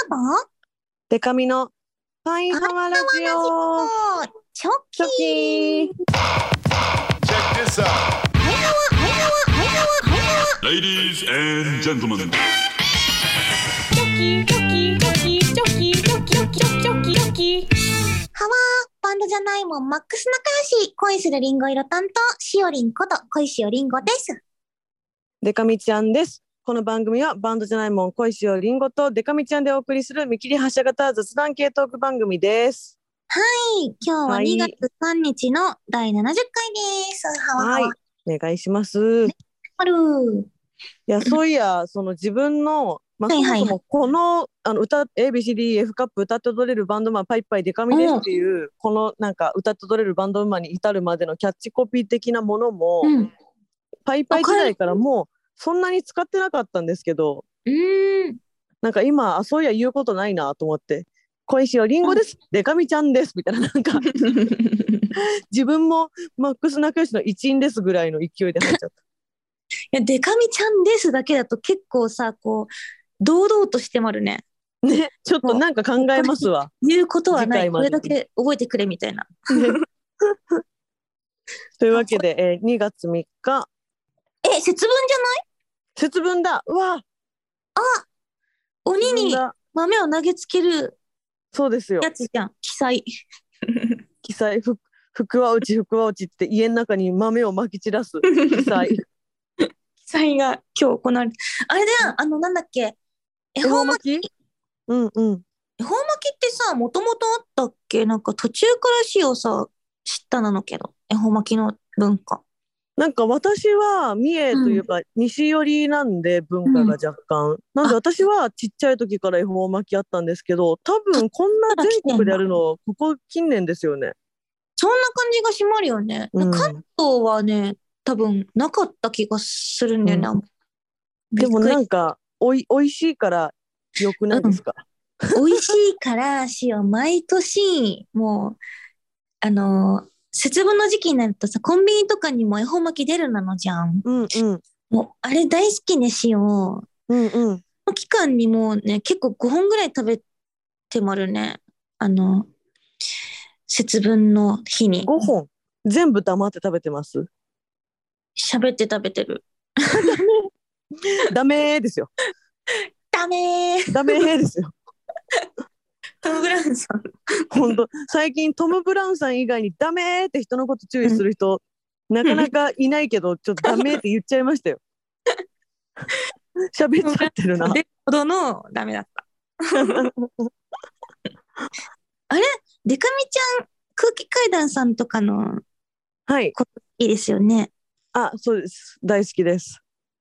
バデカミのパイハワラジオチョキチョキー Check this out. ハイハワハイハワハイハワハイハワ Ladies and gentlemen. チョキチョキチョキチョキチョキチョキチョキチョキハワバンドじゃないもんマックス仲良し恋するリンゴ色担当しおりんこと恋しおりんごです。 デカミちゃんです。この番組はバンドじゃないもん恋しおりんごとデカミちゃんでお送りする見切り発車型雑談系トーク番組です。 はい、今日は2月3日の第70回です。ハワハワ、 はい、お願いします。 あるいや、そういや、その自分の、そもそもこの、歌 ABCDEF カップ歌って踊れるバンドマンパイパイデカミですっていうこのなんか歌って踊れるバンドマンに至るまでのキャッチコピー的なものも、パイパイ時代からもうそんなに使ってなかったんですけど、なんか今そういや言うことないなと思って、恋しおりんごです、デカミちゃんですみたいな、なんか自分もマックス仲良しの一員ですぐらいの勢いで入っちゃった。 いやデカミちゃんですだけだと結構さ、こう堂々としてまるね。 ね、ちょっとなんか考えますわ。 言うことはない、これだけ覚えてくれみたいな。 というわけで、2月3日。 節分じゃない？ 節分だ。うわ。 鬼に豆を投げつける。 そうですよ。 やつじゃん。奇祭。 奇祭、福は内って家の中に豆をまき散らす奇祭。 奇祭が今日行われる。あれだよ、なんだっけ。恵方巻き？ うんうん。 恵方巻きってさ、もともとあったっけ？なんか途中からしをさ、知ったなのけど、恵方巻きの文化。 なんか私は三重というか西寄りなんで、文化が若干、なんで私はちっちゃい時から恵方巻きあったんですけど、多分こんな全国でやるのここ近年ですよね。 そんな感じがしまるよね、関東はね多分なかった気がするんだよね、 でもなんかおいしいからよくないですか？ おいしいからしを毎年もう節分の時期になるとさ、コンビニとかにも恵方巻き出るなのじゃん。もうあれ大好きね、しを。この期間にもうね、結構5本ぐらい食べてまるね。節分の日に。 5本全部黙って食べてます？ 喋って食べてる。 ダメですよ。 ダメですよ。 トム・ブラウンさん。 本当最近トム・ブラウンさん以外にダメって人のこと注意する人、なかなかいないけど、ちょっとダメって言っちゃいましたよ。喋っちゃってるな。 でほどのダメだった。あれデカミちゃん空気階段さんとかのこといいですよね。 あ、そうです。大好きです。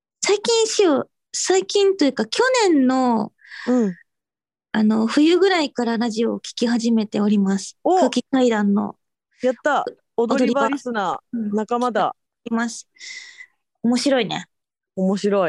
最近というか去年の冬ぐらいからラジオを聞き始めております。空気階段の。 やった。踊り場リスナー、仲間だ。 います。面白いね。 面白い。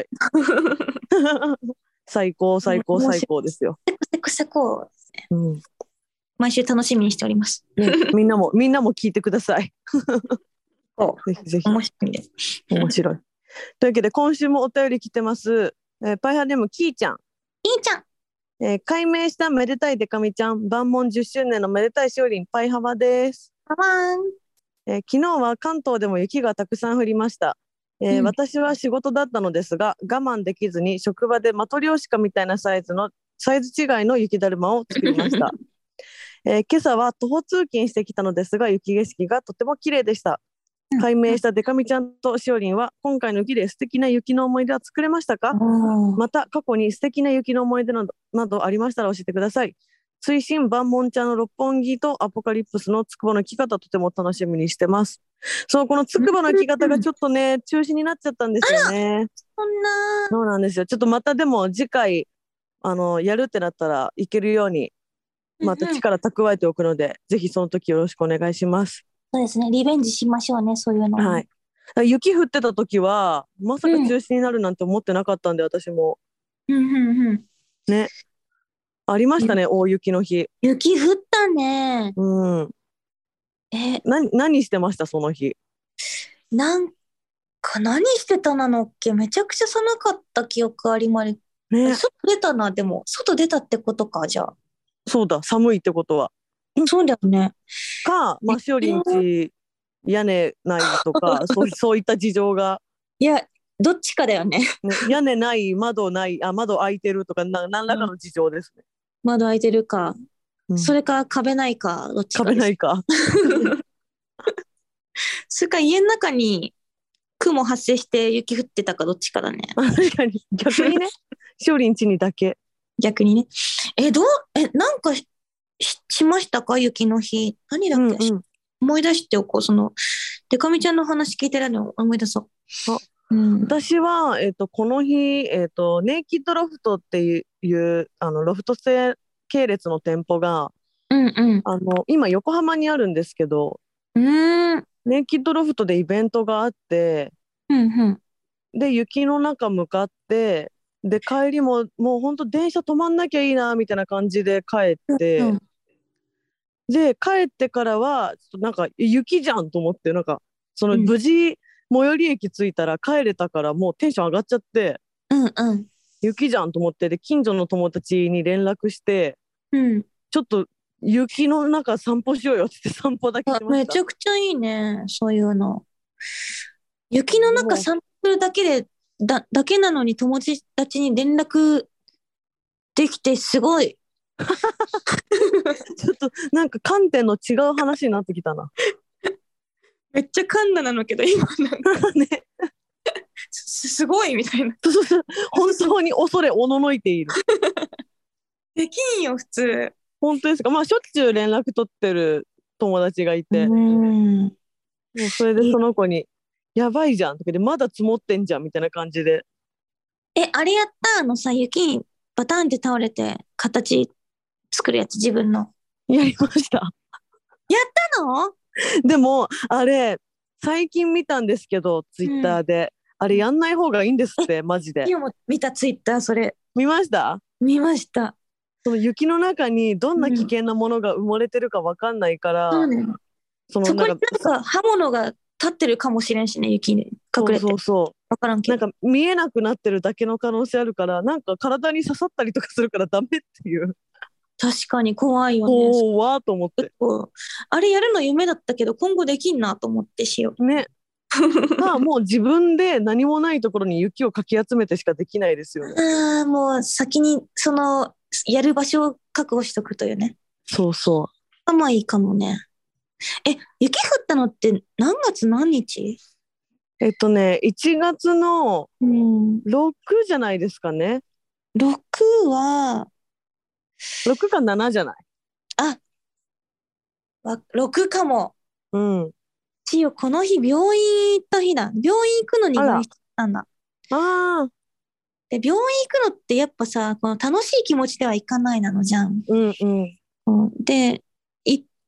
最高ですよ。 最高ですね。毎週楽しみにしております。 みんなも聞いてください。ぜひぜひ。 面白いです。 面白い。というわけで今週もお便り来てます。パイハーネームキーちゃん。改名しためでたいデカミちゃん、万門10周年のめでたいしおりん、パイハワです。昨日は関東でも雪がたくさん降りました。私は仕事だったのですが、我慢できずに職場でマトリョーシカみたいなサイズ違いの雪だるまを作りました。今朝は徒歩通勤してきたのですが、雪景色がとても綺麗でした。改名したデカミちゃんとしおりんは今回の雪で素敵な雪の思い出は作れましたか？また過去に素敵な雪の思い出などありましたら教えてください。追伸万門茶の六本木とアポカリプスのつくばの木方とても楽しみにしてます。そう、このつくばの木方がちょっとね中止になっちゃったんですよね。そうなんですよ。ちょっとまたでも次回やるってなったら行けるようにまた力蓄えておくので、ぜひその時よろしくお願いします。 そうですね、リベンジしましょうね、そういうの。 はい。雪降ってた時はまさか中止になるなんて思ってなかったんで、私も。ね。ありましたね、大雪の日。 雪降ったね。 何してましたその日？ なんか何してたなのっけ、めちゃくちゃ寒かった記憶ありまるね。 外出たな、でも。外出たってことか、じゃあ。 そうだ、寒いってことは。 そうだよね。 か、まあ、しおりんち屋根ないとか、そういった事情が、 いや、どっちかだよね。 ね、屋根ない、窓ない、窓開いてるとか、何らかの事情ですね。 窓開いてるか。 うんそれか壁ないか、どっちかです。 壁ないか。 それか家の中に雲発生して雪降ってたかどっちかだね。 確かに、逆にね、しおりんちにだけ。 逆にね。なんかしましたか雪の日。何だっけ、思い出しておこう。デカミちゃんの話聞いてるのを思い出そう。 私は、この日、ネイキッドロフトっていうロフト系列の店舗が、今横浜にあるんですけど、ネイキッドロフトでイベントがあって、で雪の中向かって、で帰りももう本当電車止まんなきゃいいなみたいな感じで帰って、で帰ってからはなんか雪じゃんと思って、なんか無事最寄り駅着いたら帰れたから、もうテンション上がっちゃって、雪じゃんと思って、で近所の友達に連絡して、ちょっと雪の中散歩しようよって散歩だけしました。 めちゃくちゃいいね、そういうの。雪の中散歩するだけなのに友達に連絡できてすごい。 ちょっとなんか観点の違う話になってきたな。 めっちゃカンナなのけど今なんかねすごいみたいな。 本当に恐れおののいている。 できんよ普通。 本当ですか。まあしょっちゅう連絡取ってる友達がいて、もうそれでその子にやばいじゃんとかで、まだ積もってんじゃんみたいな感じで。 あれやったさ、雪バタンって倒れて形作るやつ、自分の。 やりました。 やったの？ でもあれ最近見たんですけど、ツイッターで、あれやんない方がいいんですって、マジで。 今も見たツイッター、それ見ました？ 見ました。 その雪の中にどんな危険なものが埋もれてるか分かんないから、 そこになんか刃物が立ってるかもしれんしね、雪に隠れて。 そう分からんけど、 なんか見えなくなってるだけの可能性あるから、なんか体に刺さったりとかするからダメっていう。 確かに怖いよね。 怖ーと思って。 あれやるの夢だったけど今後できんなと思ってしよう。 ね。まあもう自分で何もないところに雪をかき集めてしかできないですよね。 もう先にやる場所を確保しとくというね。 そうまあいいかもね。雪降ったのって何月何日 ？1月の6じゃないですかね。 6は 6か7じゃない？ 6かも。ちよ、この日病院行った日だ。病院行くのに外出したんだ。で、病院行くのってやっぱさ、この楽しい気持ちではいかないなのじゃん。で、行って、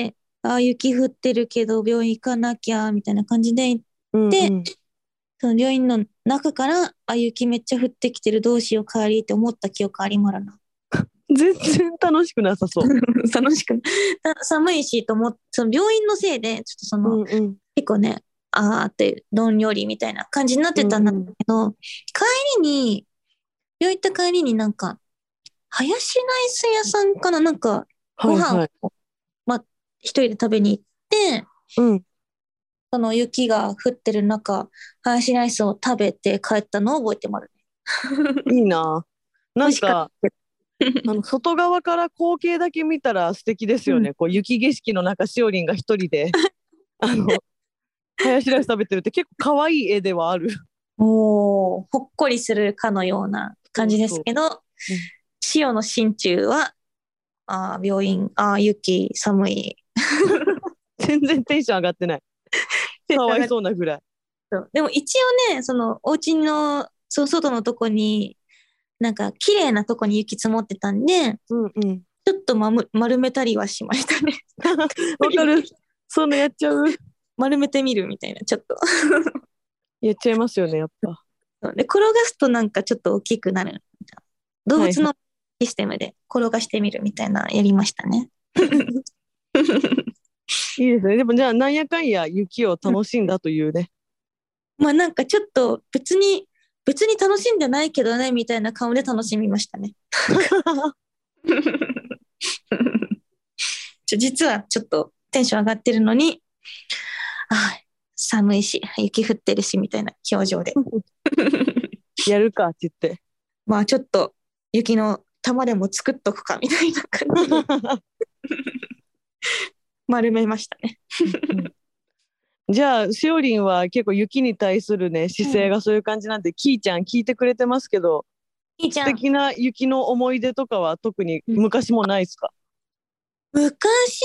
雪降ってるけど病院行かなきゃみたいな感じで行って、その病院の中から雪めっちゃ降ってきてる、どうしよう帰りって思った記憶ありまるな。 全然楽しくなさそう。 楽しく寒いしと思って、その病院のせいでちょっと結構ねってどんよりみたいな感じになってたんだけど、病院行った帰りになんかハヤシライス屋さんかな、なんかご飯を、一人で食べに行って、その雪が降ってる中ハヤシライスを食べて帰ったのを覚えてもらう。いいな。なんか外側から光景だけ見たら素敵ですよね。こう雪景色の中、しおりんが一人でハヤシライス食べてるって結構可愛い絵ではある。 ほっこりするかのような感じですけど、塩の心中は病院、雪寒い。 全然テンション上がってない。かわいそうなぐらい。 でも一応ね、そのお家の外のとこになんか綺麗なとこに雪積もってたんで、ちょっと丸めたりはしましたね。 わかる。そんなやっちゃう。 丸めてみるみたいな、ちょっとやっちゃいますよね、やっぱ。 で転がすとなんかちょっと大きくなる。動物のシステムで転がしてみるみたいなやりましたね。 いいですね。でもじゃあなんやかんや雪を楽しんだというね。 なんかちょっと別に別に楽しんでないけどね、みたいな顔で楽しみましたね。実はちょっとテンション上がってるのに、寒いし、雪降ってるし、みたいな表情で。 やるかって言って。 まあちょっと雪の玉でも作っとくか、みたいな感じで丸めましたね。 じゃあしおりんは結構雪に対するね姿勢がそういう感じなんで、きーちゃん聞いてくれてますけど、素敵な雪の思い出とかは特に昔もないですか？ 昔、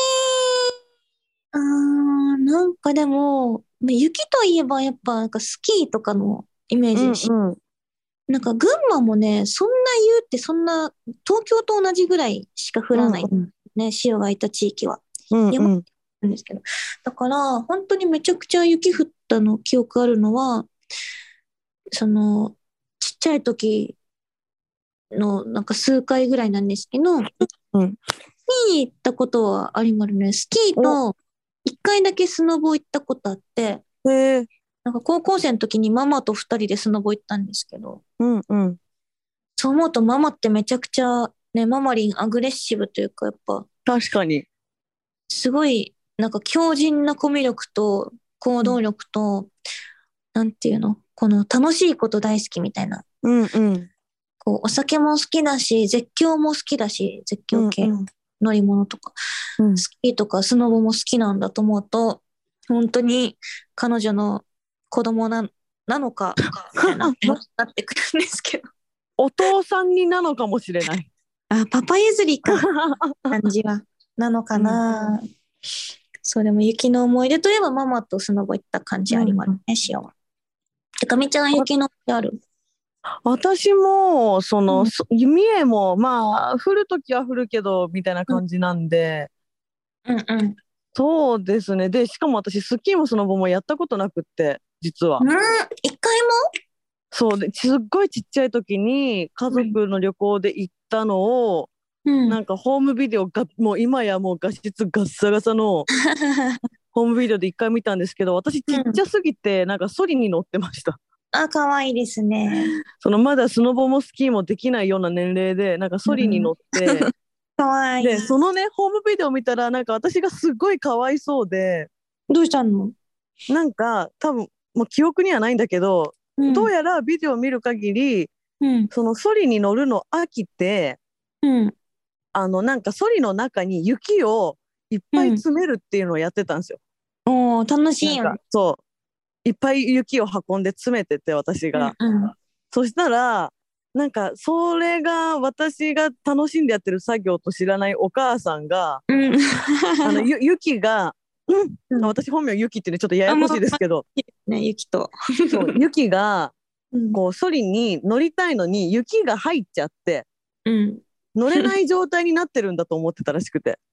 なんかでも、雪といえばやっぱなんかスキーとかのイメージし、なんか群馬もね、そんな言うってそんな東京と同じぐらいしか降らない、ね、潮がいた地域は。山なんですけど。だから、本当にめちゃくちゃ雪降ったの記憶あるのは、ちっちゃい時のなんか数回ぐらいなんですけど、スキーに行ったことはありますね。スキーと一回だけスノボ行ったことあって、なんか高校生の時にママと二人でスノボ行ったんですけど、そう思うとママってめちゃくちゃね、ママリンアグレッシブというか、やっぱ確かにすごいなんか強靭なコミュ力と行動力と、なんていうの、この楽しいこと大好きみたいな。こうお酒も好きだし、絶叫も好きだし、絶叫系、乗り物とか、スキーとかスノボも好きなんだと思うと、本当に彼女の子供なのか、みたいなってくるんですけど。 お父さんになのかもしれない。 パパ譲りか、感じは。なのかな。そう、でも雪の思い出といえばママとスノボ行った感じありますね、シオは。てかみちゃん雪の思い出ある？ 私も三重もまあ降るときは降るけどみたいな感じなんで、そうですね。でしかも私スキーもスノボもやったことなくって、実は一回も？ そうですっごいちっちゃい時に家族の旅行で行ったのを、なんかホームビデオがもう今やもう画質ガッサガサのホームビデオで一回見たんですけど、私ちっちゃすぎてなんかソリに乗ってました。 かわいいですね。 まだスノボもスキーもできないような年齢でなんかソリに乗って、 かわいい。 でそのねホームビデオ見たらなんか私がすごいかわいそうで。 どうしたの？なんか多分もう記憶にはないんだけど、どうやらビデオを見る限り、そのソリに乗るの飽きて、なんかソリの中に雪をいっぱい詰めるっていうのをやってたんですよ。 楽しいよね。 そういっぱい雪を運んで詰めてて私が、そしたらなんかそれが私が楽しんでやってる作業と知らないお母さんが、雪が、私本名雪ってねちょっとややこしいですけど、 雪とそう雪がこうソリに乗りたいのに雪が入っちゃって、乗れない状態になってるんだと思ってたらしくて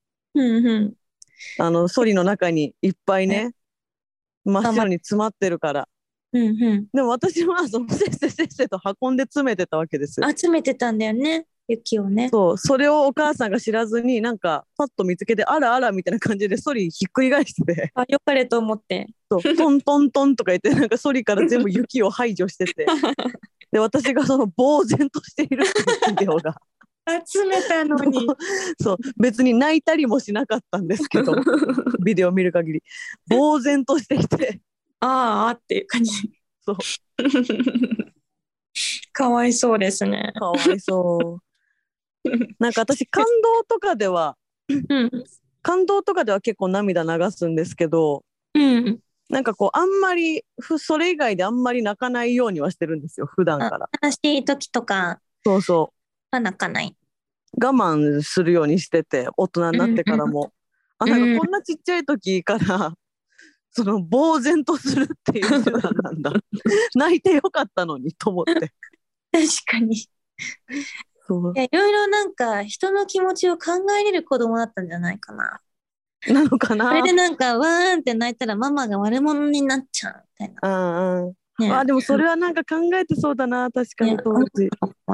ソリの中にいっぱいね真っ白に詰まってるから、でも私はせっせっせと運んで詰めてたわけです。 詰めてたんだよね、雪をね。 それをお母さんが知らずになんかパッと見つけてあらあらみたいな感じでソリひっくり返してて、 よかれと思ってトントントンとか言ってなんかソリから全部雪を排除しててで私が呆然としているっていうビデオが集めたのにそう別に泣いたりもしなかったんですけどビデオ見る限り呆然としていてっていう感じ。 そうかわいそうですね。 かわいそうなんか私感動とかでは結構涙流すんですけど、なんかこうあんまりそれ以外であんまり泣かないようにはしてるんですよ普段から。 悲しい時とか泣かない、 我慢するようにしてて、大人になってからも、なんかこんなちっちゃい時から呆然とするっていう手段なんだ泣いてよかったのにと思って確かにそういろいろなんか人の気持ちを考えれる子供だったんじゃないかな。 なのかな。 それでなんかわーんって泣いたらママが悪者になっちゃうみたいな。でもそれはなんか考えてそうだな、確かに当時。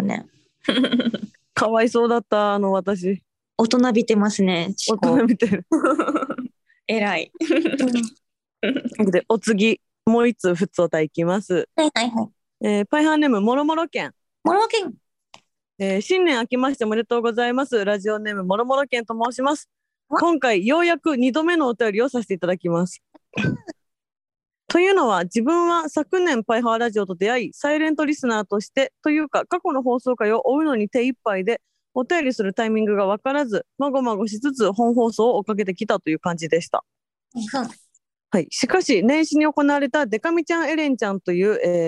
かわいそうだった私。 大人びてますね。 大人びてる。 偉い。 でお次もう一つふつおたいきます。 パイハーネームもろもろ県。 もろもろ県。 新年明けましておめでとうございます。ラジオネームもろもろ県と申します。今回ようやく2度目のお便りをさせていただきます。というのは、自分は昨年パイハワラジオと出会い、サイレントリスナーとしてというか過去の放送回を追うのに手一杯で、お便りするタイミングが分からず、まごまごしつつ本放送を追っかけてきたという感じでした。はい、しかし年始に行われたデカミちゃんエレンちゃんという、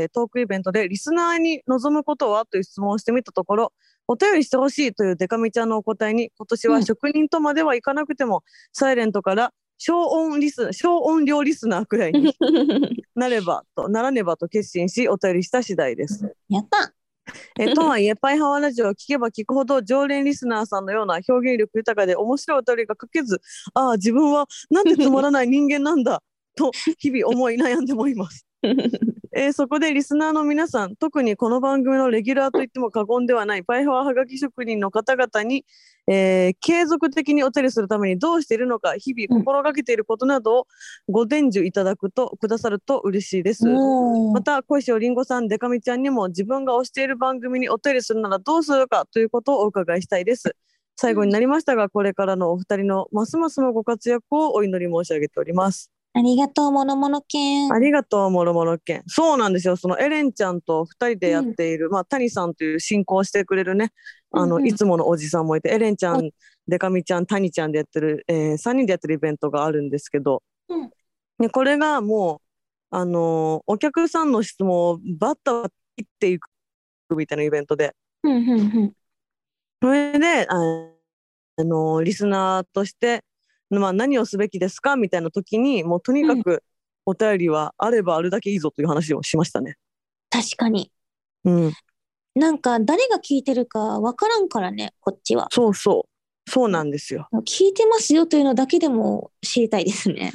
トークイベントでリスナーに望むことはという質問をしてみたところ、お便りしてほしいというデカミちゃんのお答えに、今年は職人とまではいかなくても、サイレントから小音量リスナーくらいにならねばと決心し、お便りした次第です。 やったとはいえパイハワラジオを聞けば聞くほど常連リスナーさんのような表現力豊かで面白いお便りが書けず、ああ自分はなんてつまらない人間なんだと日々思い悩んでもいます。そこでリスナーの皆さん、特にこの番組のレギュラーといっても過言ではないパイハワはがき職人の方々に、継続的にお便りするためにどうしているのか、日々心がけていることなどをご伝授いただくくださると嬉しいです。また小石尾りんごさん、デカミちゃんにも自分が推している番組にお便りするならどうするかということをお伺いしたいです。最後になりましたが、これからのお二人のますますのご活躍をお祈り申し上げております。 ありがとう、もろもろ県。 ありがとう、もろもろ県。そうなんですよ。そのエレンちゃんと2人でやっている、谷さんという進行してくれるね、いつものおじさんもいて、エレンちゃん、デカミちゃん、谷ちゃんでやってる、3人でやってるイベントがあるんですけど、でこれがもう、お客さんの質問をバッタ切っていくみたいなイベントで、それで、リスナーとして、何をすべきですかみたいな時に、もうとにかくお便りはあればあるだけいいぞという話をしましたね。 確かに。なんか誰が聞いてるかわからんからね、こっちは。 そうなんですよ。 聞いてますよというのだけでも知りたいですね。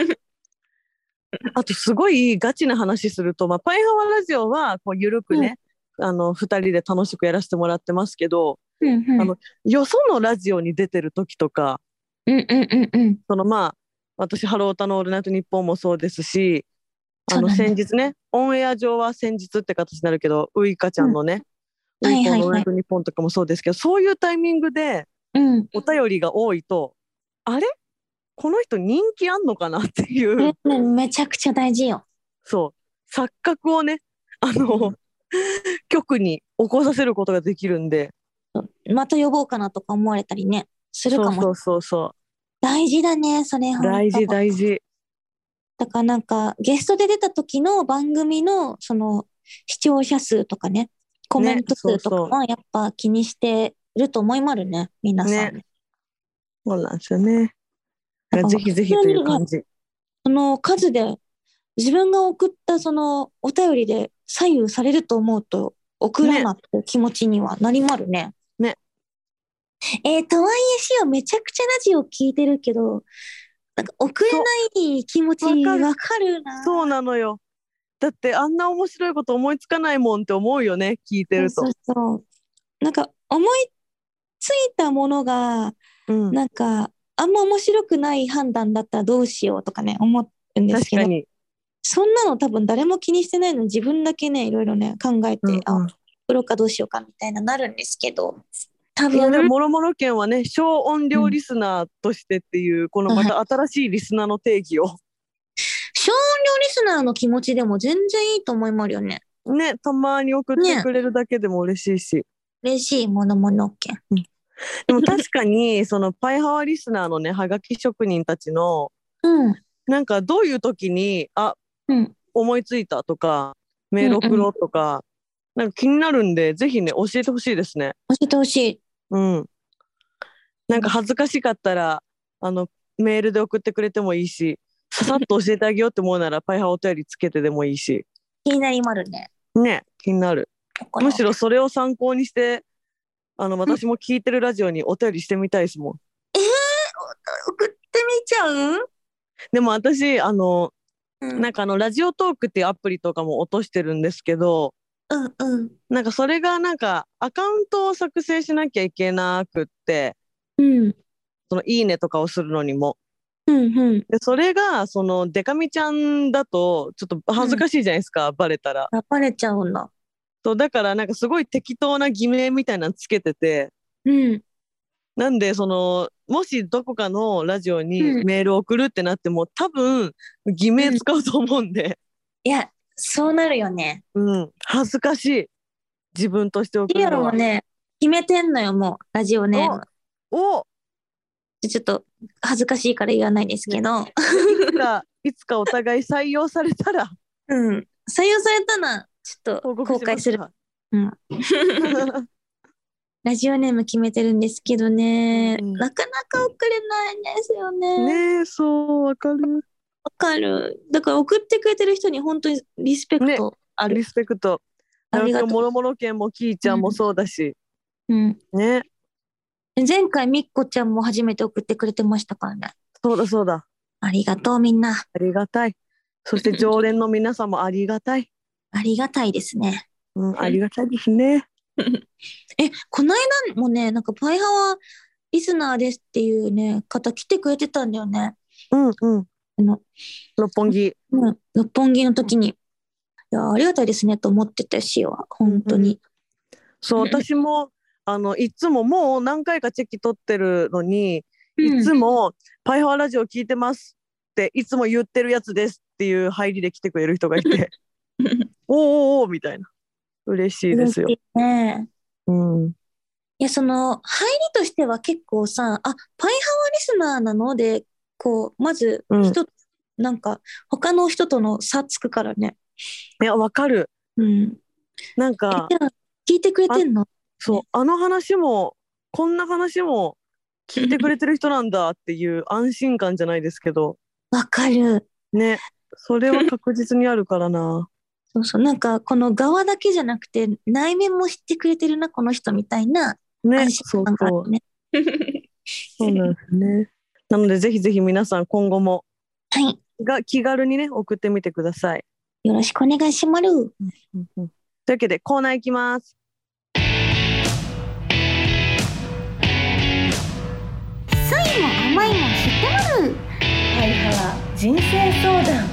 あとすごいガチな話すると、パイハワラジオはこう緩くね、2人で楽しくやらせてもらってますけど、よそのラジオに出てる時とか、私ハロータのオールナイトニッポンもそうですし、先日ね、オンエア上は先日って形になるけど、ウイカちゃんのね、ウイコのオールナイトニッポンとかもそうですけど、そういうタイミングでお便りが多いと、あれこの人人気あんのかなっていう、 めちゃくちゃ大事よ。 そう錯覚をね、局に起こさせることができるんで、 また呼ぼうかなとか思われたりねするかも。 そう大事だね、それ。 大事だからなんかゲストで出た時の番組のその視聴者数とかね、コメント数とかはやっぱ気にしてると思いまるね、皆さん。 そうなんですよね。ぜひぜひという感じ。 その数で自分が送ったそのお便りで左右されると思うと送らなって気持ちにはなりまるね。とはいえしおめちゃくちゃラジオ聞いてるけど、なんか送れない気持ちわかるな。 そうなのよ。だってあんな面白いこと思いつかないもんって思うよね、聞いてると。 なんか思いついたものが、なんかあんま面白くない判断だったらどうしようとかね思うんですけど、そんなの多分誰も気にしてないのに自分だけねいろいろね考えて、送ろうかどうしようかみたいななるんですけど、多分もろもろ県はね、小音量リスナーとしてっていう、このまた新しいリスナーの定義を、 小音量リスナーの気持ちでも全然いいと思いますよね。 たまに送ってくれるだけでも嬉しいし、 嬉しいものもの県。 でも確かにそのパイハワリスナーのね、はがき職人たちの、なんかどういう時に思いついたとかメール送ろうとか、なんか気になるんで、ぜひね教えてほしいですね。 教えてほしい。 なんか恥ずかしかったらメールで送ってくれてもいいし、ささっと教えてあげようって思うならパイハワお便りつけてでもいいし。 気になりまるね。 気になる。むしろそれを参考にして私も聞いてるラジオにお便りしてみたいですもん。 送ってみちゃう？ でも私なんかラジオトークっていうアプリとかも落としてるんですけど、なんかそれがなんかアカウントを作成しなきゃいけなくって、そのいいねとかをするのにも、でそれがそのデカミちゃんだとちょっと恥ずかしいじゃないですか、バレたら。 バレちゃうんだ。 そうだからなんかすごい適当な偽名みたいなのつけてて、 うん。 なんでもしどこかのラジオにうん。 メール送るってなっても、多分偽名うん。 使うと思うんで、 いや、そうなるよね。 恥ずかしい、自分として送リオるのは。 もね、決めてんのよ、もう、ラジオネーおム。 お、 ちょっと恥ずかしいから言わないですけね、 ど。 いつかお互い採用されたらうん。採用されたら、ちょっと報告公開する。 しますか。 うん。ラジオネーム決めてるんですけどね、 うんなかなか送れないんですよね。 ねえ、そう、わかる。 わかる。だから送ってくれてる人に本当にリスペクね、 トある。 リスペクト。だから今日ありがとう。 もろもろ県もキーちゃんもそうだし、 うん。 ね、 前回みっこちゃんも初めて送ってくれてましたからね。 そうだそうだ。 ありがとうみんな。 ありがたい。そして常連の皆さんもありがたい。 ありがたいですね。 ありがたいですね。 この間もね、なんかパイハワリスナーですっていうね、方来てくれてたんだよね。 うん。 あの、 六本木。 六本木の時に。いや、ありがたいですねと思ってたしよ、本当に。 そう、私もいつももう何回かチェキ取ってるのに、 うんいつもパイハワラジオ聞いてますっていつも言ってるやつですっていう入りで来てくれる人がいておーおーおーみたいな、嬉しいですよ。 嬉しいね。 うん。 いや、その、入りとしては結構さ、パイハワリスナーなので、まず、 うん、 なんか、他の人との差つくからね。 いや、わかる。 うん。 なんかじゃあ聞いてくれてんの？ そう、話もこんな話も聞いてくれてる人なんだっていう安心感じゃないですけどわかる。 ね、それは確実にあるからな。 そうそう。なんか、この側だけじゃなくて、内面も知ってくれてるな、この人みたいなね、 安心感があるね。 そうなんですね。なのでぜひぜひ皆さん今後もはい。 気軽にね送ってみてください。 よろしくお願いします。 というわけでコーナーいきます。 酸いも甘いも知ってまる。 パイハワ人生相談。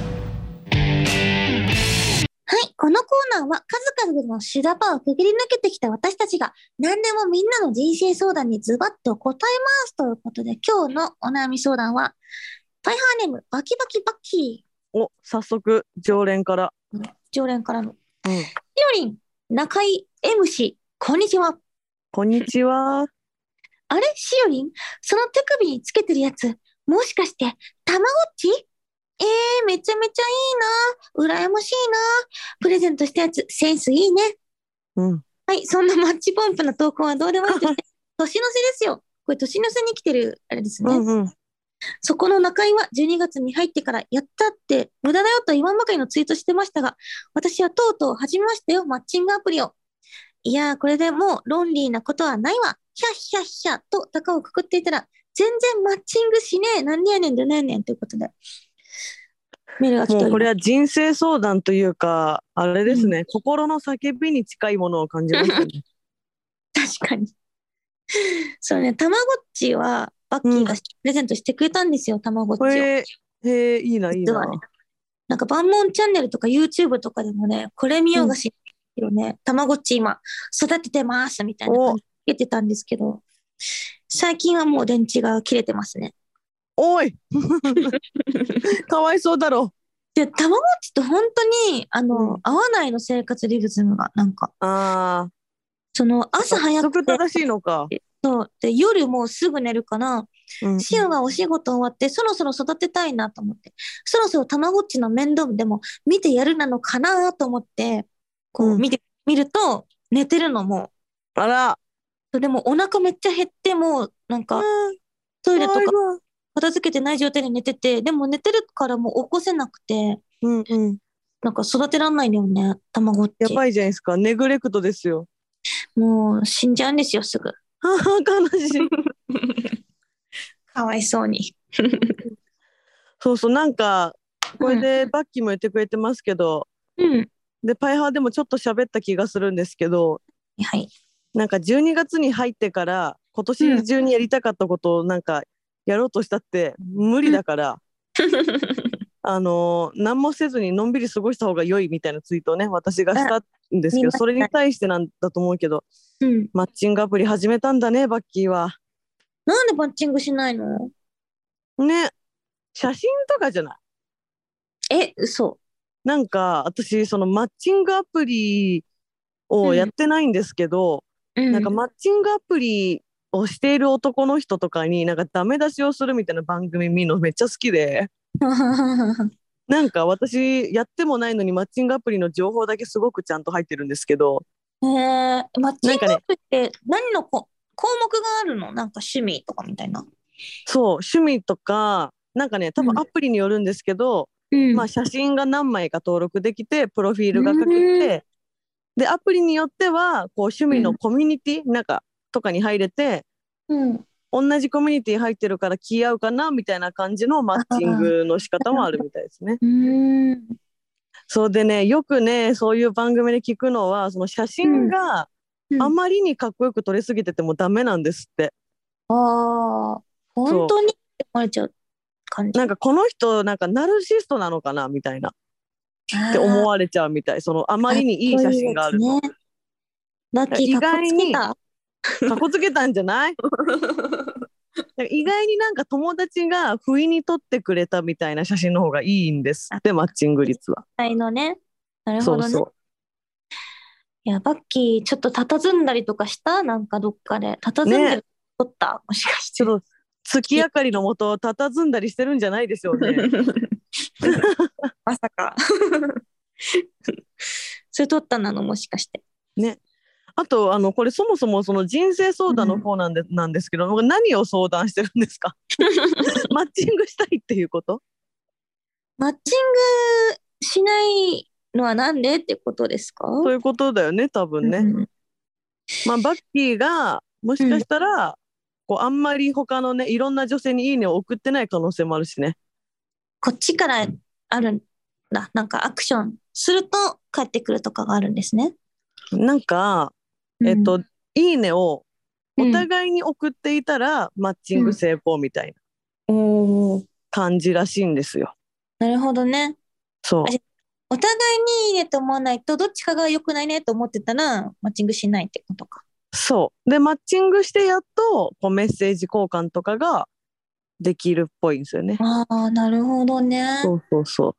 はい。このコーナーは数々の修羅場をくぐり抜けてきた私たちが何でもみんなの人生相談にズバッと答えますということで、今日のお悩み相談は、パイハーネームバキバキバッキお、早速常連から。 ー。常連からの。 うん。 しおりん、中井 MC、こんにちは。 こんにちは。 あれしおりん、その手首につけてるやつ、もしかして、たまごっち？めちゃめちゃいいな。羨ましいな。プレゼントしたやつ、センスいいね。 うん。 はい、そんなマッチポンプな投稿はどうでもいいとして、年の瀬ですよ。これ年の瀬に来てる、あれですね。 うん。 そこの中井は12月に入ってからやったって無駄だよと言わんばかりのツイートしてましたが、私はとうとう始めましたよ、マッチングアプリを。いやー、これでもうロンリーなことはないわ。ヒャッヒャッヒャッと高をくくっていたら、全然マッチングしねえ。何やねんどねんねんということで。メールが来ております。 もうこれは人生相談というかあれですね、心の叫びに近いものを感じましたね。 確かに。そうね、たまごっちはバッキーがプレゼントしてくれたんですよ、たまごっちを。 へえ、いいな、いいな。 実はね、なんか万門チャンネルとか YouTube とかでもね、これ見よがしよね、たまごっち今育ててますみたいな感じで言ってたんですけど、最近はもう電池が切れてますね。 おいかわいそうだろ。 で、たまごっちと本当に合わないの、生活リズムがなんか。その朝早くて規則正しいのか。 そうで、夜もうすぐ寝るから、シオがお仕事終わってそろそろ育てたいなと思って、そろそろたまごっちの面倒でも見てやるなのかなと思って見ると寝てるのも。 あら。 でもお腹めっちゃ減ってもなんかトイレとか片付けてない状態で寝てて、でも寝てるからもう起こせなくて、なんか育てらんないんだよね、たまごっち。 やばいじゃないですか、ネグレクトですよ。 もう死んじゃうんですよ、すぐ。 悲しい。 かわいそうに。 そうそう、なんかこれでバッキーも言ってくれてますけど、でパイハーでもちょっと喋った気がするんですけど、 はい、 なんか12月に入ってから今年中にやりたかったことをなんかやろうとしたって無理だから、 何もせずにのんびり過ごした方が良いみたいなツイートをね、私がしたんですけど、 見ました。 それに対してなんだと思うけど、マッチングアプリ始めたんだね、バッキーは。 なんでマッチングしないの？ ね、写真とかじゃない？ 嘘。 なんか私そのマッチングアプリをやってないんですけど、なんかマッチングアプリをしている男の人とかになんかダメ出しをするみたいな番組見るのめっちゃ好きで、なんか私やってもないのにマッチングアプリの情報だけすごくちゃんと入ってるんですけど、 マッチなんかね、 ングアプリって何の項目があるの？なんか趣味とかみたいな。 そう趣味とかなんかね、多分アプリによるんですけど、まあ写真が何枚か登録できてプロフィールが書けて、でアプリによってはこう趣味のコミュニティなんかとかに入れて、同じコミュニティ入ってるから気合うかなみたいな感じのマッチングの仕方もあるみたいですね。そうでね、よくねそういう番組で聞くのは、その写真があまりにかっこよく撮りすぎててもダメなんですって。 本当にって思われちゃう感じ。 なんかこの人なんかナルシストなのかなみたいなって思われちゃうみたい。そのあまりにいい写真があると。 ラッキー、 意外にかっこつけたんじゃない？意外になんか友達が不意に撮ってくれたみたいな写真の方がいいんですって、マッチング率は。 のね。なるほどね。いや、バッキーちょっと佇んだりとかした？なんかどっかで佇んでる撮った？もしかして。 月明かりのもと佇んだりしてるんじゃないでしょうね。 まさか。それ撮ったなの、もしかして。 ね。あとこれそもそもその人生相談の方なんですけど、何を相談してるんですか？マッチングしたいっていうこと？ マッチングしないのはなんでってことですか？ そういうことだよね、多分ね。まあバッキーがもしかしたら、こうあんまり他のねいろんな女性にいいねを送ってない可能性もあるしね。 こっちからあるんだ。なんかアクションすると帰ってくるとかがあるんですね。 なんかいいねをお互いに送っていたらマッチング成功みたいな感じらしいんですよ。 なるほどね。 そう。 お互いにいいねと思わないと、どっちかが良くないねと思ってたらマッチングしないってことか。 そうで、マッチングしてやっとこうメッセージ交換とかができるっぽいんですよね。 なるほどね。 そう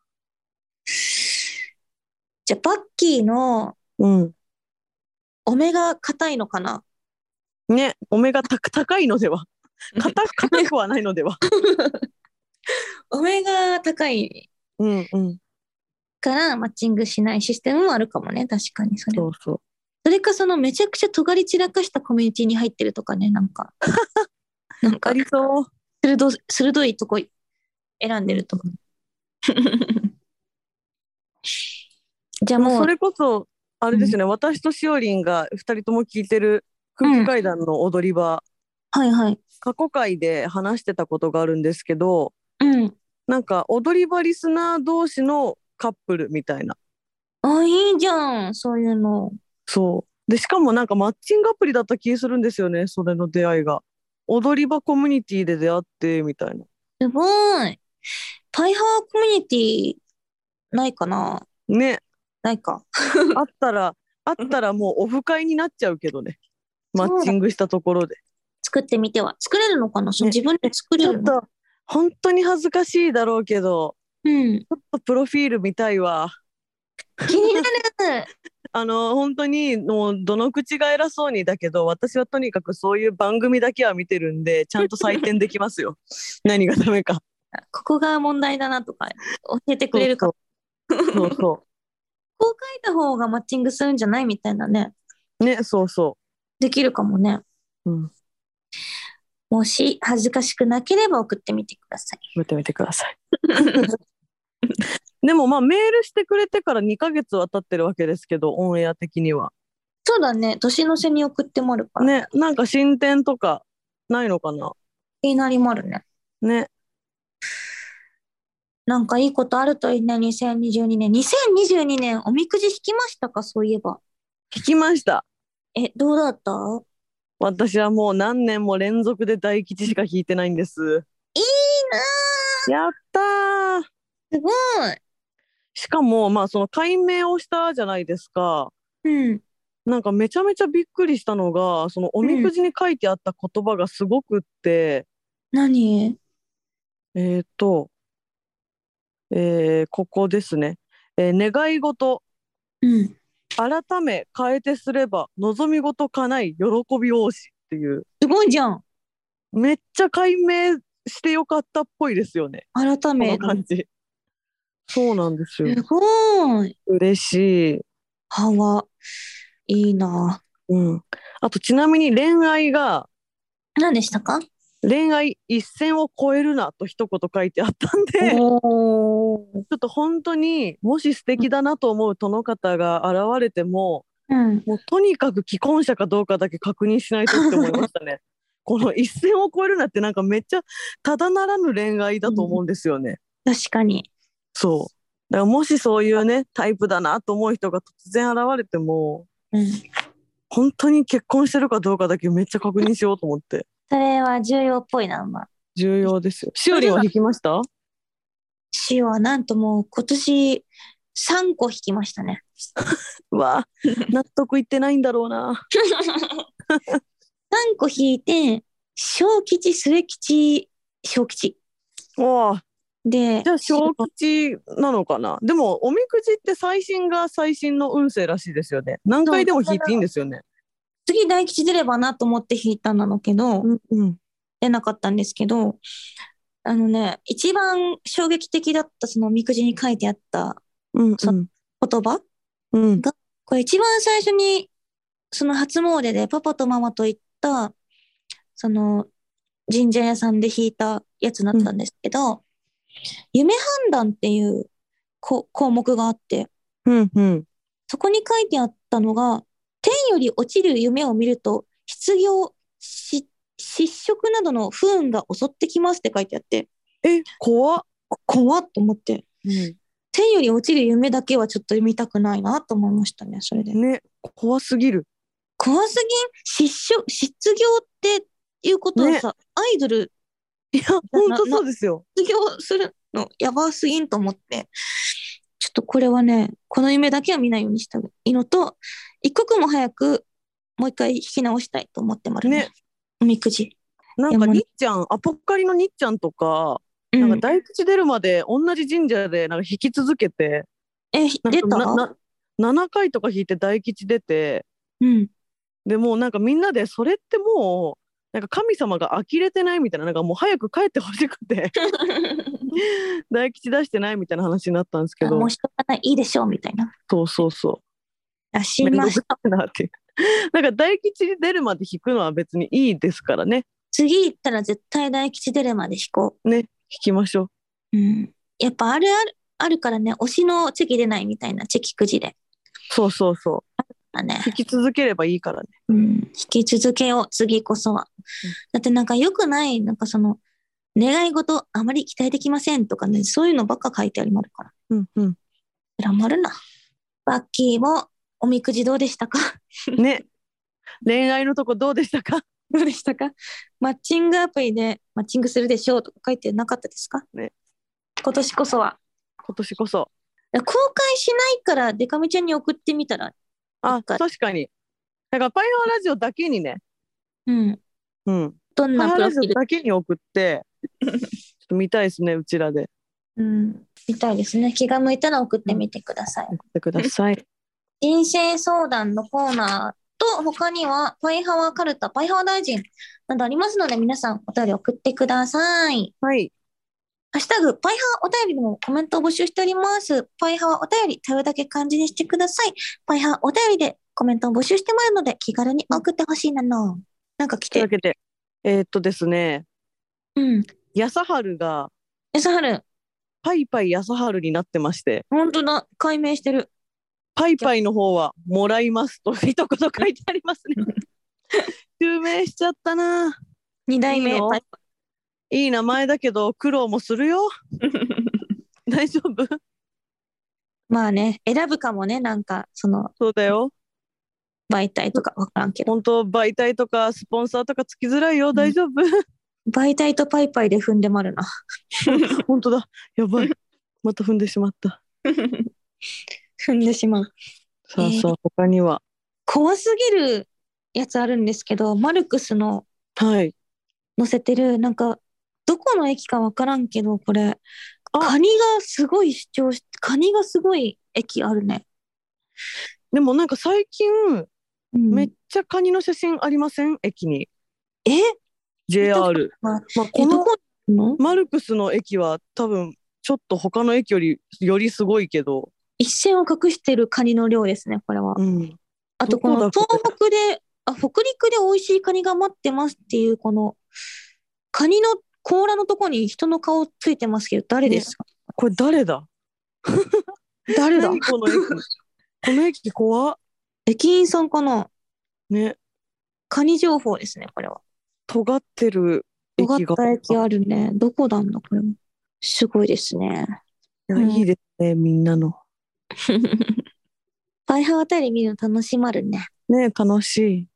じゃあバッキーのお目が硬いのかな？ ね、お目が高いのでは？硬くはないのでは？ お目が高いからマッチングしないシステムもあるかもね。確かにそれ。それかそのめちゃくちゃ尖り散らかしたコミュニティに入ってるとかね、なんかありそう。 鋭いとこ選んでるとか。 じゃあもうそれこそあれですね、私としおりんが2人とも聞いてる空気階段の踊り場、過去回で話してたことがあるんですけど、なんか踊り場リスナー同士のカップルみたいな。 いいじゃん、そういうの。 そうで、しかもなんかマッチングアプリだった気するんですよね、それの出会いが。踊り場コミュニティで出会ってみたいな。 すごい。パイハワコミュニティないかな？ ね。 ないか。 あったらもうオフ会になっちゃうけどね、マッチングしたところで。 作ってみては。作れるのかな？自分で作れるの？ ちょっと本当に恥ずかしいだろうけど、ちょっとプロフィール見たいわ。 気になる。 本当にもうどの口が偉そうにだけど、私はとにかくそういう番組だけは見てるんで、ちゃんと採点できますよ。何がダメか。 ここが問題だなとか教えてくれるか。 そうこう書いた方がマッチングするんじゃないみたいなね。 ね、そうできるかもね。もし恥ずかしくなければ送ってみてください。 送ってみてください。でもまあメールしてくれてから2ヶ月は経ってるわけですけど、オンエア的には。 そうだね、年の瀬に送ってもあるからね。なんか進展とかないのかな？ 気になりもあるね。 ね。 なんかいいことあるといいね。2022年2022年おみくじ引きましたか？そういえば。 引きました。 どうだった？ 私はもう何年も連続で大吉しか引いてないんです。 いいなー。やったー。 すごい。 しかも、まあ、その解明をしたじゃないですか。 うん。 なんかめちゃめちゃびっくりしたのが、そのおみくじに書いてあった言葉がすごくって、 何？ えっと、ここですね。願い事、 うん。 改め、変えてすれば、望み事叶い、喜び多しっていう、 すごいじゃん。 めっちゃ解明してよかったっぽいですよね。この改め。 感じ。そうなんですよ。 すごい。 嬉しい。 歯は、いいな。 うん。あと、ちなみに恋愛が、 何でしたか？ 恋愛一線を越えるなと一言書いてあったんで、ちおー。 ょっと本当にもし素敵だなと思う殿方が現れても、 うん。 もうとにかく既婚者かどうかだけ確認しないとって思いましたね。この一線を越えるなってなんかめっちゃただならぬ恋愛だと思うんですよね。 確かに。 そう。だからもしそういうね、タイプだなと思う人が突然現れても、 うん。 本当に結婚してるかどうかだけめっちゃ確認しようと思って。 それは重要っぽいな、まあ。 重要ですよ。しおりんは引きました？ 死はなんともう今年3個引きましたね。 うわ、納得いってないんだろうな。 3個引いて、小吉、末吉、小吉。 わあ、 で、 じゃあ小吉なのかな。でもおみくじって最新が最新の運勢らしいですよね。何回でも引いていいんですよね。 次大吉出ればなと思って引いたんだけど、 うんうん。 出なかったんですけど、一番衝撃的だったそのおみくじに書いてあったうんうん。 その言葉うんが、これ一番最初にその初詣でパパとママと行った、その神社屋さんで引いたやつだったんですけど、夢判断っていう項目があって、 うんうん。 そこに書いてあったのが、天より落ちる夢を見ると、失業、失職などの不運が襲ってきますって書いてあって、 怖っ。 怖っと思って、 うん。 天より落ちる夢だけはちょっと見たくないなと思いましたね、それで。 ね、怖すぎる。 怖すぎん？失業っていうことはさ、アイドル、 いや、ほんとそうですよ。 失業するのやばすぎんと思って、ちょっとこれはね、この夢だけは見ないようにしたいいのと、一刻も早くもう一回引き直したいと思ってますね。 ね。 おみくじ。 なんかにっちゃん、アポカリのにっちゃんとか、なんか大吉出るまで同じ神社でなんか引き続けて、 出た 7回とか引いて大吉出て、 うん。 でもうなんかみんなでそれってもうなんか神様が呆れてないみたいな、なんかもう早く帰ってほしくて大吉出してないみたいな話になったんですけど、 もうしょうがない、いいでしょうみたいな。 そうそうそう、 しました。 なってなんか大吉出るまで引くのは別にいいですからね。 次行ったら絶対大吉出るまで引こう。ね、引きましょう。うん。やっぱあるからね、推しのチェキ出ないみたいな、チェキくじで。 そうそうそう。 ね、 引き続ければいいからね。 うん。引き続けよう、次こそは。だってなんか良くない、なんかその、願い事あまり期待できませんとかね、そういうのばっか書いてありますから。 うんうん。 頑張るな。バッキーもおみくじどうでしたか？ ね。恋愛のとこどうでしたか？ どうでしたか？マッチングアプリでマッチングするでしょうとか書いてなかったですかね。今年こそは。 今年こそ。 公開しないからデカミちゃんに送ってみたら。 あ、確かに。だからパイハワラジオだけにね。 うん。 うん。 どんなプロフィールだけに送ってちょっと見たいですね、うちらで。 うん。見たいですね。気が向いたら送ってみてください。 送ってください。 人生相談のコーナーと他にはパイハワカルタ、パイハワ大臣などありますので皆さんお便り送ってください。 はい。 ハッシュタグ、パイハワお便りでもコメントを募集しております。パイハワお便り、頼るだけ漢字にしてください。パイハワお便りでコメントを募集してもらうので気軽に送ってほしいなの。なんか来て。 というわけで、ですね。 うん。 やさはるが。 やさはる。 パイパイやさはるになってまして。 本当だ。解明してる。 パイパイの方はもらいますと一言書いてありますね。襲名しちゃったな。 2代目。 いい名前だけど苦労もするよ。大丈夫？ まあね、選ぶかもね、なんかそうだよ。 媒体とか分からんけど。 本当媒体とかスポンサーとかつきづらいよ。大丈夫？ 媒体とパイパイで踏んでまるな。 本当だ。やばい。 また踏んでしまった。 踏んでしまう。 さあさあ、他には。 怖すぎるやつあるんですけど、マルクスのはい。 載せてる、なんか、どこの駅かわからんけど、これ、カニがすごい主張して、カニがすごい駅あるね。 でもなんか最近、めっうん。 ちゃカニの写真ありません？駅に。 え見たこと JR。 ないまあ、このどこのマルクスの駅は多分、ちょっと他の駅よりすごいけど。 一線を隠してるカニの量ですね、これは。 うん。 あと、このどこだ東北で、北陸で美味しいカニが待ってますっていう、この、カニの甲羅のとこに人の顔ついてますけど、誰ですか？ これ誰だ？ 誰だ？ 何この駅。この駅怖っ。 駅員さんかな？ ね。 カニ情報ですね、これは。 尖ってる駅が。 尖った駅あるね。どこなんだ、これも。すごいですね。 いや、いいですね、みんなの。 パイハーあたり見るの楽しまるね。 ね、楽しい。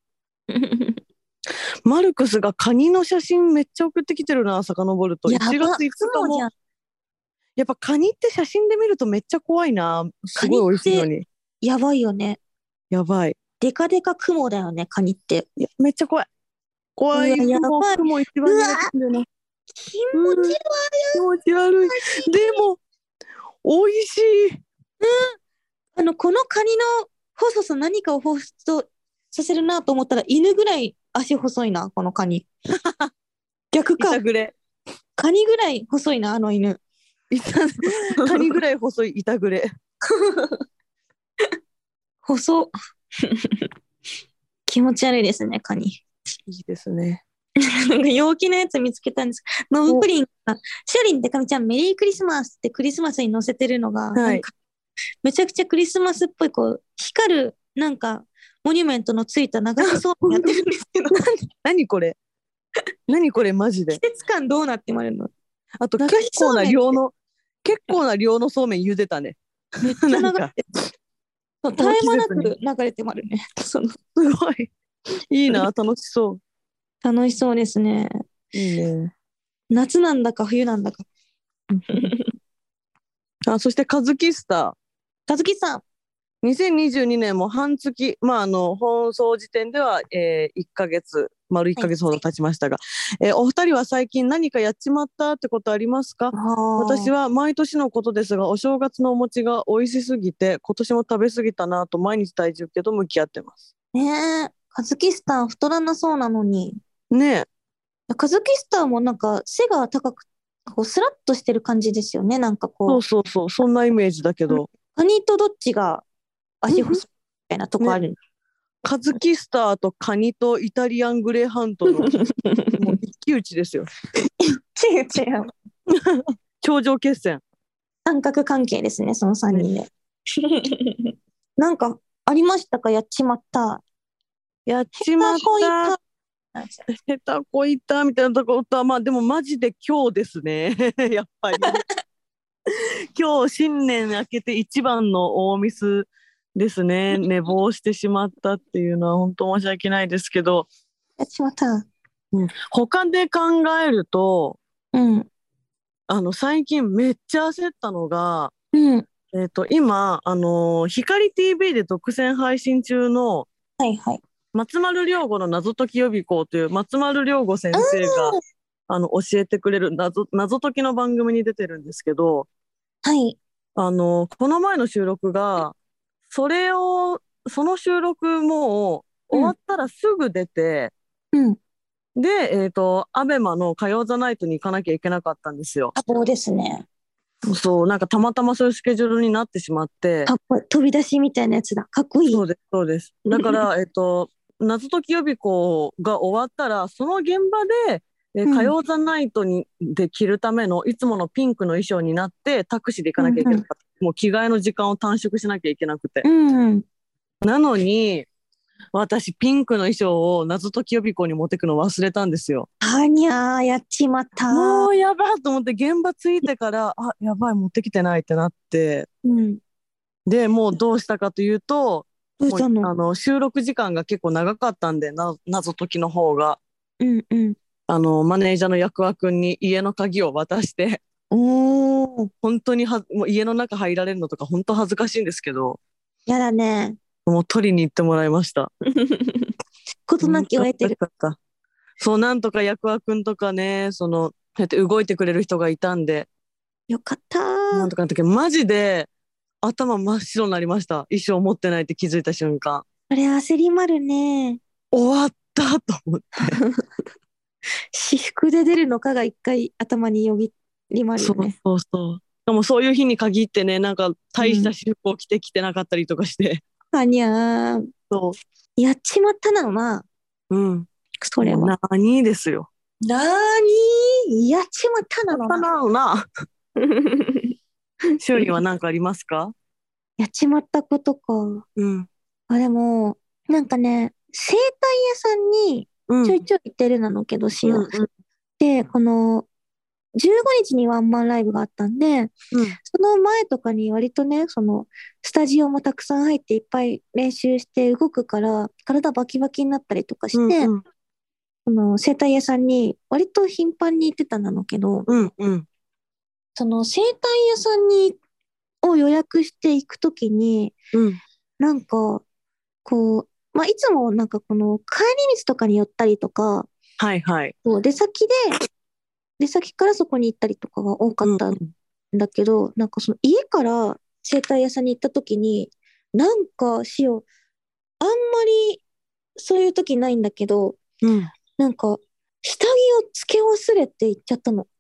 マルクスがカニの写真めっちゃ送ってきてるな、遡ると。 やば、 1月5日も。やっぱカニって写真で見るとめっちゃ怖いな。すごい美味しいのに。 やばいよね。 やばい。 デカデカ雲だよね、カニって。 いや、めっちゃ怖い。怖い。 やばい。 雲一番苦手だよな。 気持ち悪い。 気持ち悪い。でも、美味しい。 このカニの細さ何かを放出させるなと思ったら犬ぐらい足細いな、このカニ。逆か。 板ぐれ。 カニぐらい細いな、あの犬。 カニぐらい細い板ぐれ。 細。気持ち悪いですね、カニ。 いいですね。 なんか陽気なやつ見つけたんです。ノブプリンが、シャリンでかみちゃんメリークリスマスってクリスマスに載せてるのが、なんかめちゃくちゃクリスマスっぽい、こう、光る、なんか、モニュメントのついた流しそうやってるんですけど。 何これ？何これマジで。 季節感どうなってもらうの？ あと結構な量のそうめん茹でたね。 めっちゃ流れてる。絶え間なく流れてもあるね。すごい。いいな、楽しそう。 楽しそうですね。 いいね。 夏なんだか冬なんだか。 そしてカズキスター。 カズキさん。 2022年も半月、放送時点では、1ヶ月、丸1ヶ月ほど経ちましたが、お二人は最近何かやっちまったってことありますか？私は毎年のことですが、お正月のお餅が美味しすぎて、今年も食べ過ぎたなと毎日体重計と向き合ってます。 ねえ、カズキスター太らなそうなのに。 ねえ。カズキスターもなんか背が高く、こうスラッとしてる感じですよね。なんかこう。 そう、そんなイメージだけど。 カニとどっちが足細いみたいなとこある。 カズキスターとカニとイタリアングレーハントのもう一騎打ちですよ。 違う。 頂上決戦。 三角関係ですね、その3人で。なんかありましたか？やっちまった。 やっちまった。下手こいたみたいなところはでもマジで今日ですね。やっぱり今日新年明けて一番の大ミスですね。寝坊してしまったっていうのは本当申し訳ないですけど、 やっちまった。 他で考えると、最近めっちゃ焦ったのが、今光 TV で独占配信中の松丸亮吾の謎解き予備校という松丸亮吾先生が教えてくれる謎解きの番組に出てるんですけど、この前の収録がその収録もう終わったらすぐ出て、でアベマの火曜ザナイトに行かなきゃいけなかったんですよ。 そうですね。 そう、なんかたまたまそういうスケジュールになってしまって。 飛び出しみたいなやつだ。かっこいい。 そうです。だから謎解き予備校が終わったらその現場で、火曜ザナイトで着るためのいつものピンクの衣装になってタクシーで行かなきゃいけなかった。もう着替えの時間を短縮しなきゃいけなくて。なのに私ピンクの衣装を謎解き予備校に持ってくの忘れたんですよ。 にゃー、やっちまった。 もうやばいと思って現場着いてからやばい持ってきてないってなって、でもうどうしたかというと、収録時間が結構長かったんで謎解きの方が、マネージャーの役和くんに家の鍵を渡して本当にもう家の中入られるのとか本当恥ずかしいんですけど、 やだね。 もう取りに行ってもらいました。 事なきを得てる。 そう、なんとか役和くんとかね、そうやって動いてくれる人がいたんで、 よかったなんとかの時マジで頭真っ白になりました。衣装持ってないって気づいた瞬間。 あれ焦りまるね。 終わったと思って。 私服で出るのかが一回頭によぎりまるよね。 そう。しかもそういう日に限ってね、なんか大した私服を着てきてなかったりとかして。 はにゃー。 そう。 やっちまったなのな。それは。 何ですよ。 やっちまったなのな。 しおりんは何かありますか？ やっちまったことか。でも、なんかね、整体屋さんにちょいちょい行ってるなのけど、しよう。で、この、15日にワンマンライブがあったんで、その前とかに割とね、スタジオもたくさん入っていっぱい練習して動くから、体バキバキになったりとかして、整体屋さんに割と頻繁に行ってたんだけど、その整体屋さんを予約していくときに、なんか、こう、まあ、いつもなんかこの帰り道とかに寄ったりとか、出先からそこに行ったりとかが多かったんだけど、なんかその家から整体屋さんに行ったときに、なんかあんまりそういう時ないんだけど、なんか下着をつけ忘れて行っちゃったの。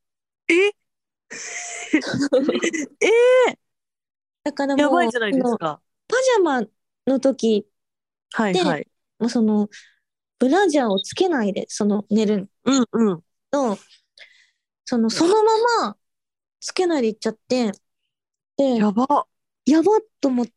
だからもうやばいじゃないですか。 パジャマの時ってそのブラジャーをつけないで寝るの、そのままつけないで行っちゃって、でやばっと思って、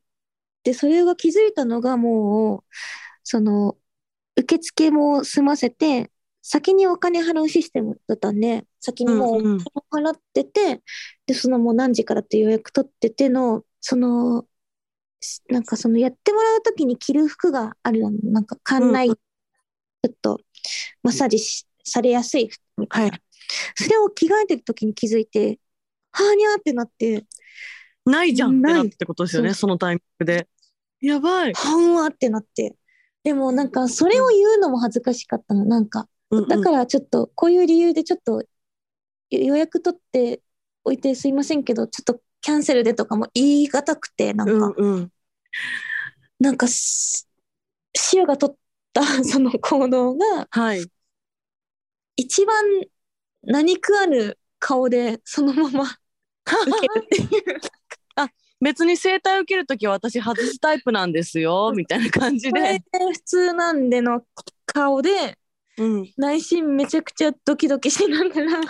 それが気づいたのがもう受付も済ませて先にお金払うシステムだったんで、先にもうお金払ってて、でもう何時からって予約取ってての、なんかやってもらう時に着る服があるの、なんか館内ちょっとマッサージされやすい服みたいな、それを着替えてる時に気づいて、はーにゃーってなって、 ないじゃんってなってことですよね、そのタイミングで。やばい。 はんわってなって。でもなんかそれを言うのも恥ずかしかったの。なんか、だからちょっとこういう理由でちょっと予約取っておいてすいませんけど、ちょっとキャンセルでとかも言い難くて、なんか、なんか塩が取ったその行動が、一番何食わぬ顔でそのまま受けるっていう。 別に整体受けるときは私外すタイプなんですよみたいな感じで、 普通なんでの顔で、内心めちゃくちゃドキドキしながら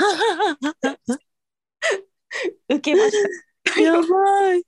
受けました。 やばい。本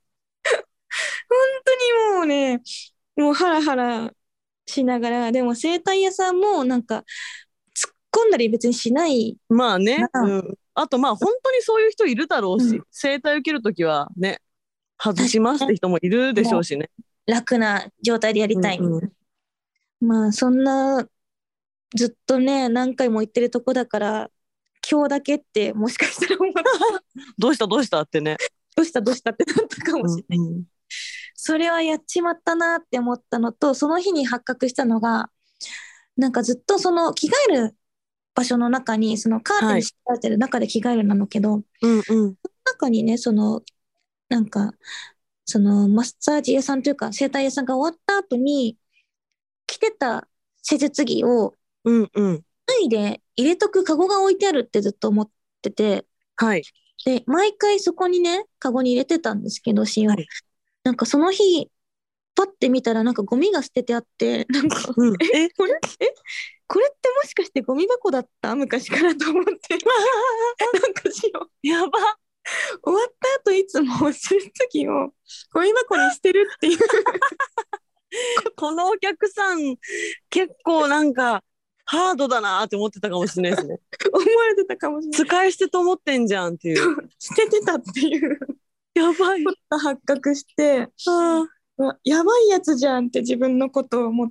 当にもうね、もうハラハラしながら、でも整体屋さんもなんか突っ込んだり別にしない。 まあね、あとまあ本当にそういう人いるだろうし、整体受けるときはね、外しますって人もいるでしょうしね。 楽な状態でやりたい。まあそんなずっとね何回も行ってるとこだから、今日だけってもしかしたら思ったどうしたってね、 どうしたってなったかもしれない。それはやっちまったなって思ったのと、その日に発覚したのが、なんかずっと着替える場所の中にカーテンに敷かれてる中で着替えるなのけど、その中にねなんかマッサージ屋さんというか整体屋さんが終わった後に着てた施術着を脱いで入れとくカゴが置いてあるってずっと思ってて、で毎回そこにねカゴに入れてたんですけど、なんかその日パッて見たらなんかゴミが捨ててあって、なんか、これってもしかしてゴミ箱だった昔からと思って、なんかやば。 終わった後いつも手術着をゴミ箱に捨てるっていうこのお客さん結構なんかハードだなって思ってたかもしれないですね。 思われてたかもしれない。 使い捨てと思ってんじゃんっていう。 捨ててたっていうやばい。 発覚して、やばいやつじゃんって自分のことを思って、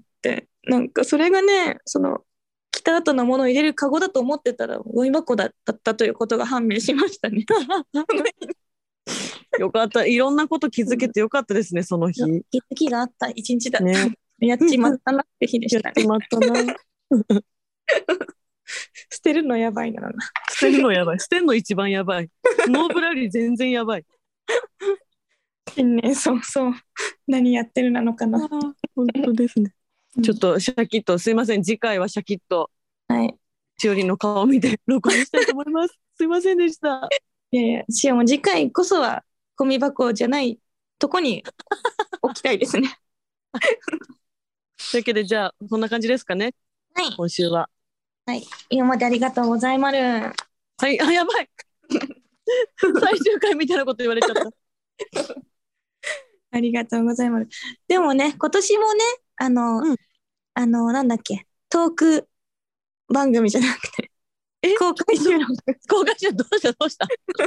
なんかそれがね着た後のものを入れるカゴだと思ってたらゴミ箱だったということが判明しましたね。 よかった。いろんなこと気づけてよかったですね、その日。 気づきがあった一日だった。 ね、 やっちまったなって日でしたね。 やっちまったな。 捨てるのやばいなのな。 捨てるのやばい。捨てるの一番やばい。ノーブラより全然やばい。 新年早々何やってるなのかな。 本当ですね。ちょっとシャキッと、すいません。次回はシャキッと、 はい。 しおりんの顔を見て録音したいと思います。すいませんでした。 いやいや、しおも次回こそはゴミ箱じゃないとこに置きたいですね。 というわけで、じゃあこんな感じですかね。 はい。 今週は。 はい。今までありがとうございます。 はい。あ、やばい。最終回みたいなこと言われちゃった。 ありがとうございます。でもね、今年もね、なんだっけ、トーク番組じゃなくて、公開収録。 公開収録、どうした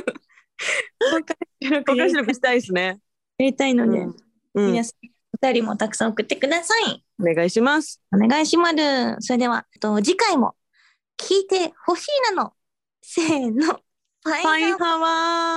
公開収録したいですね。 やりたいので、皆さん、お便りもたくさん送ってください。 お願いします。 お願いします。それでは、次回も聞いてほしいなの。せーの。 パイハワー。